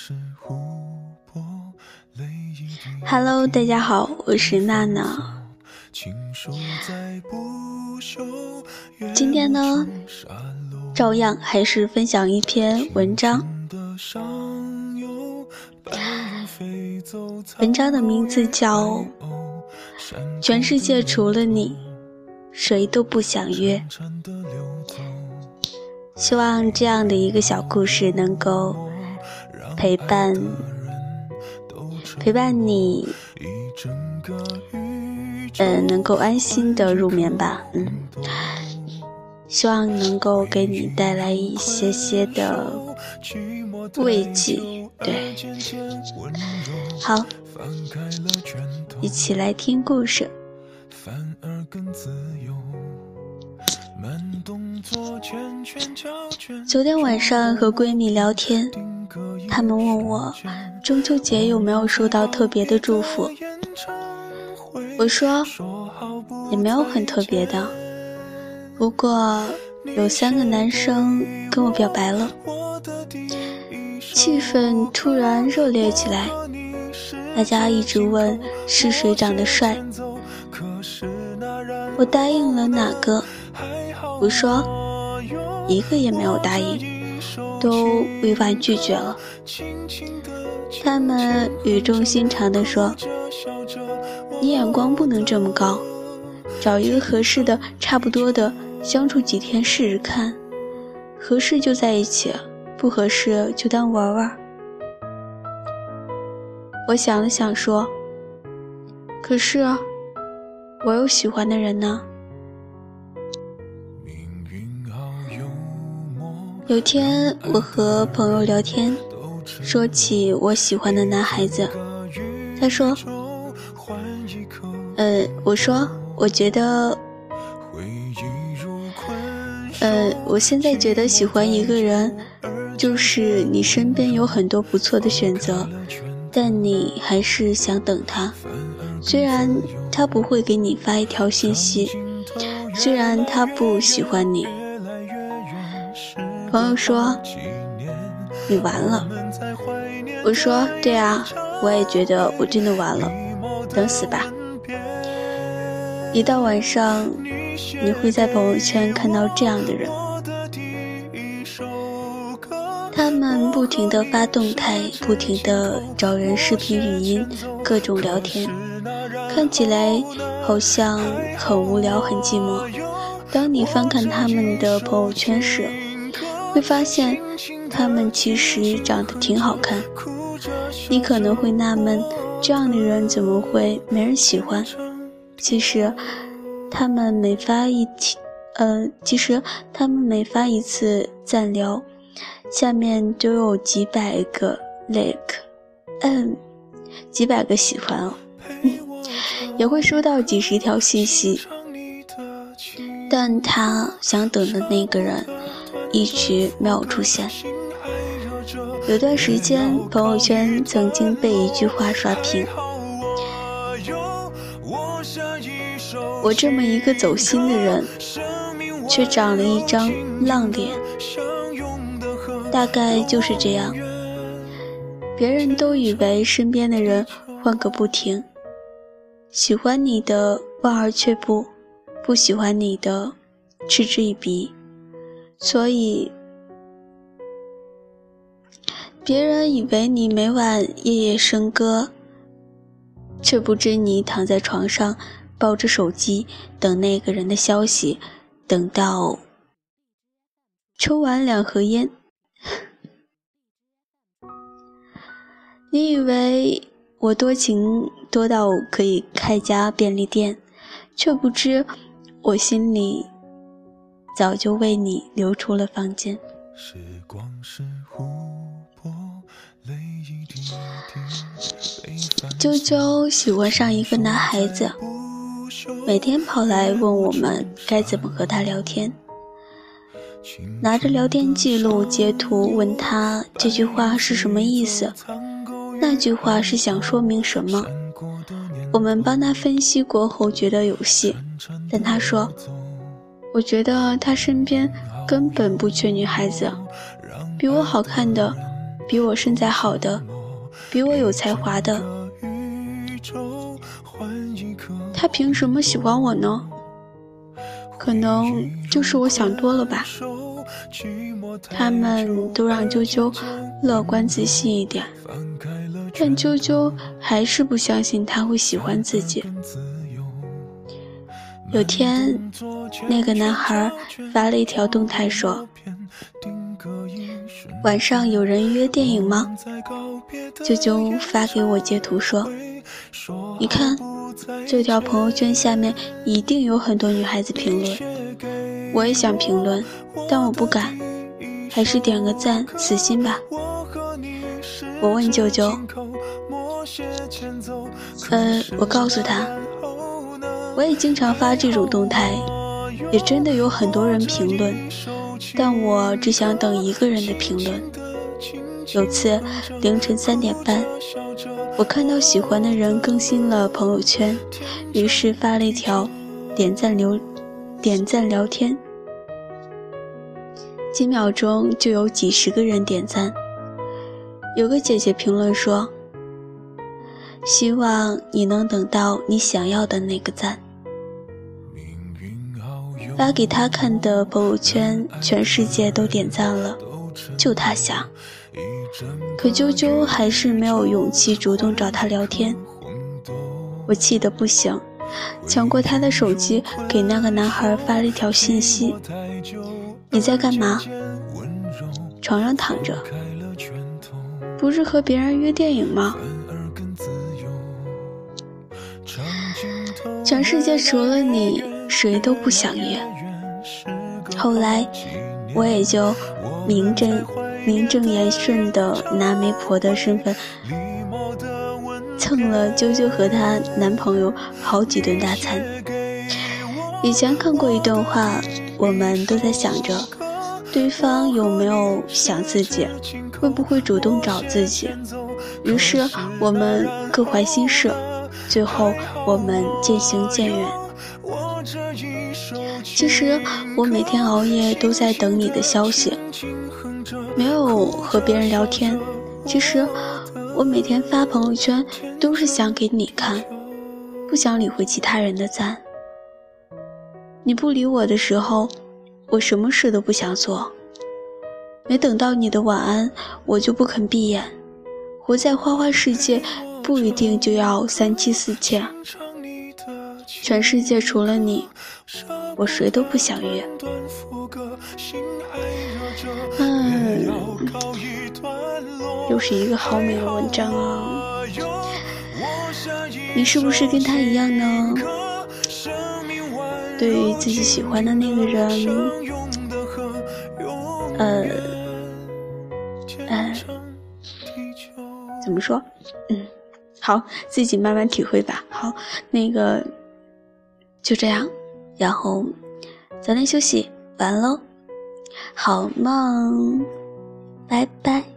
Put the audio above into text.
Hello， 大家好，我是娜娜。今天呢，照样还是分享一篇文章。文章的名字叫《全世界除了你，谁都不想约》。希望这样的一个小故事能够陪伴你，能够安心的入眠吧。希望能够给你带来一些些的慰藉。对，好，一起来听故事。昨天晚上和闺蜜聊天，她们问我中秋节有没有收到特别的祝福。我说也没有很特别的，不过有3个男生跟我表白了，气氛突然热烈起来，大家一直问是谁长得帅。我答应了哪个？我说一个也没有答应，都委婉拒绝了。他们语重心长地说，你眼光不能这么高，找一个合适的差不多的，相处几天试试看，合适就在一起，不合适就当玩玩。我想了想说，可是我有喜欢的人呢。有天我和朋友聊天，说起我喜欢的男孩子，他说我说我觉得我现在觉得喜欢一个人就是你身边有很多不错的选择，但你还是想等他，虽然他不会给你发一条信息，虽然他不喜欢你。朋友说你完了。我说对啊，我也觉得我真的完了，等死吧。一到晚上，你会在朋友圈看到这样的人，他们不停地发动态，不停地找人视频语音，各种聊天，看起来好像很无聊很寂寞。当你翻看他们的朋友圈时，会发现他们其实长得挺好看。你可能会纳闷，这样的人怎么会没人喜欢？其实他们每发一次赞聊，下面都有几百个 like， 几百个喜欢哦，也会收到几十条信息，但他想等的那个人一直没有出现。有段时间朋友圈曾经被一句话刷屏，我这么一个走心的人，却长了一张浪脸。大概就是这样，别人都以为身边的人换个不停，喜欢你的望而却步，不喜欢你的嗤之以鼻，所以别人以为你每晚夜夜笙歌，却不知你躺在床上抱着手机等那个人的消息，等到抽完2盒烟。你以为我多情多到可以开家便利店，却不知我心里早就为你留出了房间。时光是湖泊，泪一滴滴。啾啾喜欢上一个男孩子，每天跑来问我们该怎么和他聊天，拿着聊天记录截图问他这句话是什么意思，那句话是想说明什么。我们帮他分析过后觉得有戏，但他说我觉得他身边根本不缺女孩子，比我好看的比我身材好的，比我有才华的，他凭什么喜欢我呢？可能就是我想多了吧。他们都让啾啾乐观自信一点，但啾啾还是不相信他会喜欢自己。有天，那个男孩发了一条动态说，晚上有人约电影吗？啾啾发给我截图说，你看这条朋友圈下面一定有很多女孩子评论，我也想评论，但我不敢，还是点个赞死心吧。我问啾啾，我告诉他，我也经常发这种动态，也真的有很多人评论，但我只想等一个人的评论。有次凌晨3点半，我看到喜欢的人更新了朋友圈，于是发了一条点赞聊天，几秒钟就有几十个人点赞。有个姐姐评论说，希望你能等到你想要的那个赞。发给他看的朋友圈，全世界都点赞了，就他想。可啾啾还是没有勇气主动找他聊天。我气得不行，抢过他的手机，给那个男孩发了一条信息，你在干嘛？床上躺着，不是和别人约电影吗？全世界除了你，谁都不想约。后来我也就名正言顺的拿媒婆的身份蹭了啾啾和她男朋友好几顿大餐。以前看过一段话，我们都在想着对方有没有想自己，会不会主动找自己，于是我们各怀心事，最后我们渐行渐远。其实我每天熬夜都在等你的消息，没有和别人聊天。其实我每天发朋友圈都是想给你看，不想理会其他人的赞。你不理我的时候，我什么事都不想做。没等到你的晚安，我就不肯闭眼。活在花花世界，不一定就要3妻4妾。全世界除了你，我谁都不想约。又是一个好美的文章啊！你是不是跟他一样呢？对于自己喜欢的那个人，怎么说？好，自己慢慢体会吧。好，那个就这样，然后早点休息，晚安喽，好梦，拜拜。